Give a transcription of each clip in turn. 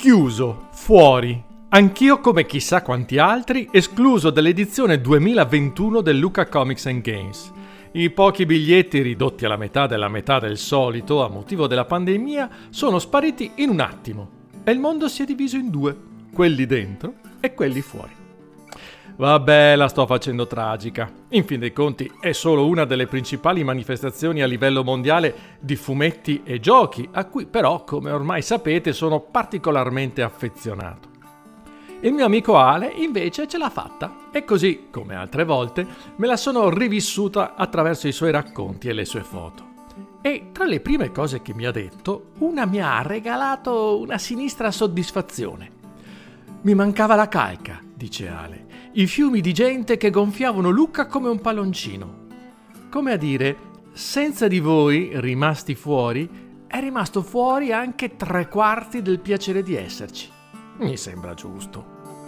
Chiuso, fuori. Anch'io, come chissà quanti altri, escluso dall'edizione 2021 del Lucca Comics and Games. I pochi biglietti, ridotti alla metà della metà del solito a motivo della pandemia, sono spariti in un attimo e il mondo si è diviso in due, quelli dentro e quelli fuori. Vabbè, la sto facendo tragica. In fin dei conti è solo una delle principali manifestazioni a livello mondiale di fumetti e giochi, a cui però, come ormai sapete, sono particolarmente affezionato. Il mio amico Ale invece ce l'ha fatta e così, come altre volte, me la sono rivissuta attraverso i suoi racconti e le sue foto. E tra le prime cose che mi ha detto, una mi ha regalato una sinistra soddisfazione. Mi mancava la calca, dice Ale, i fiumi di gente che gonfiavano Lucca come un palloncino. Come a dire, senza di voi, rimasti fuori, è rimasto fuori anche 3/4 del piacere di esserci. Mi sembra giusto.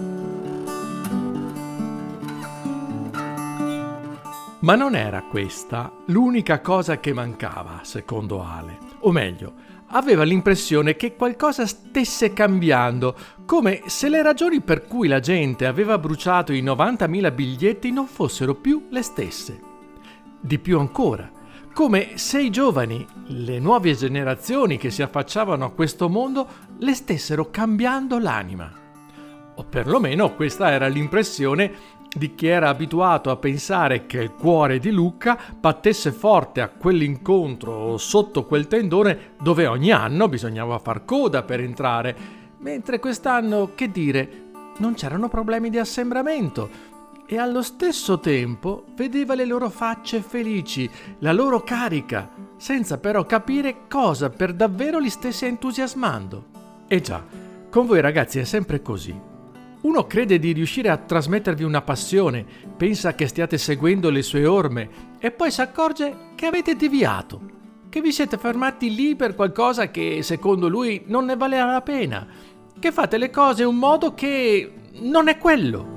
Ma non era questa l'unica cosa che mancava, secondo Ale. O meglio, aveva l'impressione che qualcosa stesse cambiando, come se le ragioni per cui la gente aveva bruciato i 90.000 biglietti non fossero più le stesse. Di più ancora, come se i giovani, le nuove generazioni che si affacciavano a questo mondo, le stessero cambiando l'anima. O perlomeno questa era l'impressione di chi era abituato a pensare che il cuore di Lucca battesse forte a quell'incontro o sotto quel tendone dove ogni anno bisognava far coda per entrare, mentre quest'anno, che dire, non c'erano problemi di assembramento e allo stesso tempo vedeva le loro facce felici, la loro carica, senza però capire cosa per davvero li stesse entusiasmando. E già, con voi ragazzi è sempre così. Uno crede di riuscire a trasmettervi una passione, pensa che stiate seguendo le sue orme e poi si accorge che avete deviato, che vi siete fermati lì per qualcosa che secondo lui non ne valeva la pena, che fate le cose in un modo che non è quello.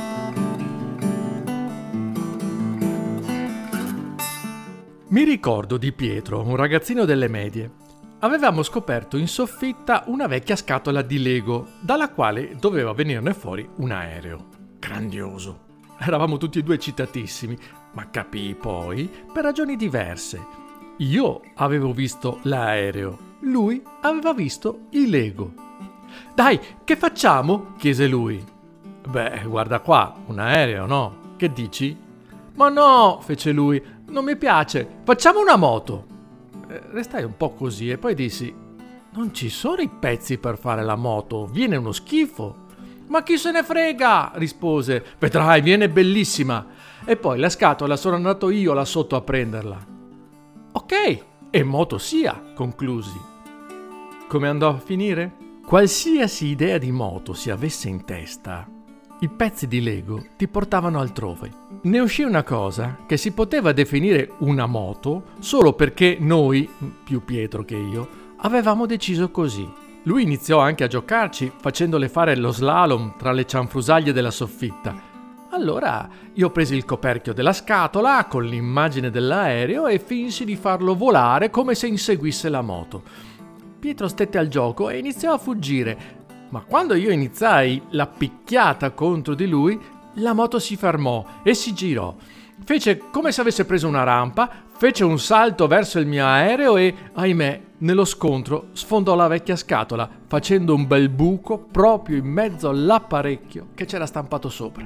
Mi ricordo di Pietro, un ragazzino delle medie. Avevamo scoperto in soffitta una vecchia scatola di Lego, dalla quale doveva venirne fuori un aereo. Grandioso. Eravamo tutti e due eccitatissimi, ma capii poi per ragioni diverse. Io avevo visto l'aereo, lui aveva visto i Lego. «Dai, che facciamo?» chiese lui. «Beh, guarda qua, un aereo, no? Che dici?» «Ma no!» fece lui, «non mi piace, facciamo una moto!» Restai un po' così e poi dissi: non ci sono i pezzi per fare la moto, viene uno schifo. Ma chi se ne frega, rispose, vedrai, viene bellissima. E poi la scatola sono andato io là sotto a prenderla. Ok, e moto sia, conclusi. Come andò a finire? Qualsiasi idea di moto si avesse in testa, i pezzi di Lego ti portavano altrove. Ne uscì una cosa che si poteva definire una moto solo perché noi, più Pietro che io, avevamo deciso così. Lui iniziò anche a giocarci facendole fare lo slalom tra le cianfrusaglie della soffitta. Allora io presi il coperchio della scatola con l'immagine dell'aereo e finsi di farlo volare come se inseguisse la moto. Pietro stette al gioco e iniziò a fuggire. Ma quando io iniziai la picchiata contro di lui, la moto si fermò e si girò. Fece come se avesse preso una rampa, fece un salto verso il mio aereo e, ahimè, nello scontro sfondò la vecchia scatola, facendo un bel buco proprio in mezzo all'apparecchio che c'era stampato sopra.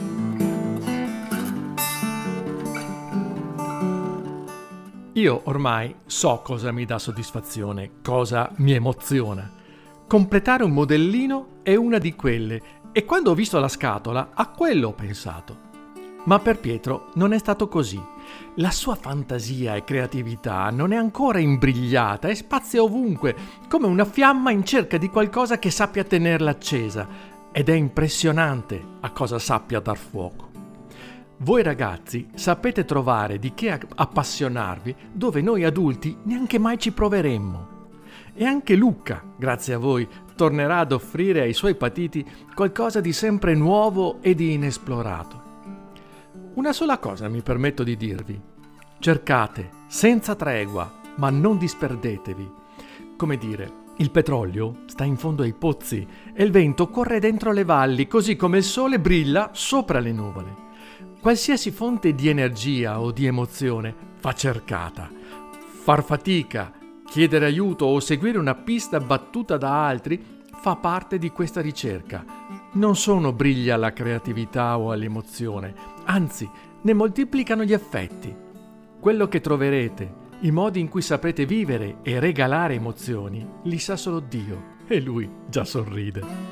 Io ormai so cosa mi dà soddisfazione, cosa mi emoziona. Completare un modellino è una di quelle e quando ho visto la scatola a quello ho pensato. Ma per Pietro non è stato così. La sua fantasia e creatività non è ancora imbrigliata e spazia ovunque, come una fiamma in cerca di qualcosa che sappia tenerla accesa, ed è impressionante a cosa sappia dar fuoco. Voi ragazzi sapete trovare di che appassionarvi dove noi adulti neanche mai ci proveremmo. E anche Lucca, grazie a voi, tornerà ad offrire ai suoi patiti qualcosa di sempre nuovo e di inesplorato. Una sola cosa mi permetto di dirvi. Cercate, senza tregua, ma non disperdetevi. Come dire, Il petrolio sta in fondo ai pozzi e il vento corre dentro le valli, così come il sole brilla sopra le nuvole. Qualsiasi fonte di energia o di emozione va cercata. Far fatica, chiedere aiuto o seguire una pista battuta da altri fa parte di questa ricerca. Non sono briglie alla creatività o all'emozione, anzi, ne moltiplicano gli effetti. Quello che troverete, i modi in cui saprete vivere e regalare emozioni, li sa solo Dio, e Lui già sorride.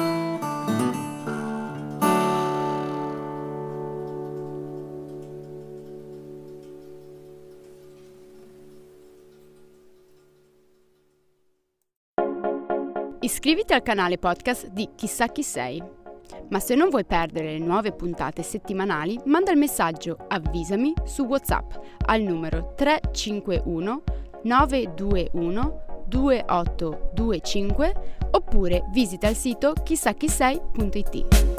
Iscriviti al canale podcast di Chissà chi sei. Ma se non vuoi perdere le nuove puntate settimanali, manda il messaggio Avvisami su WhatsApp al numero 351 921 2825 oppure visita il sito chissachisei.it.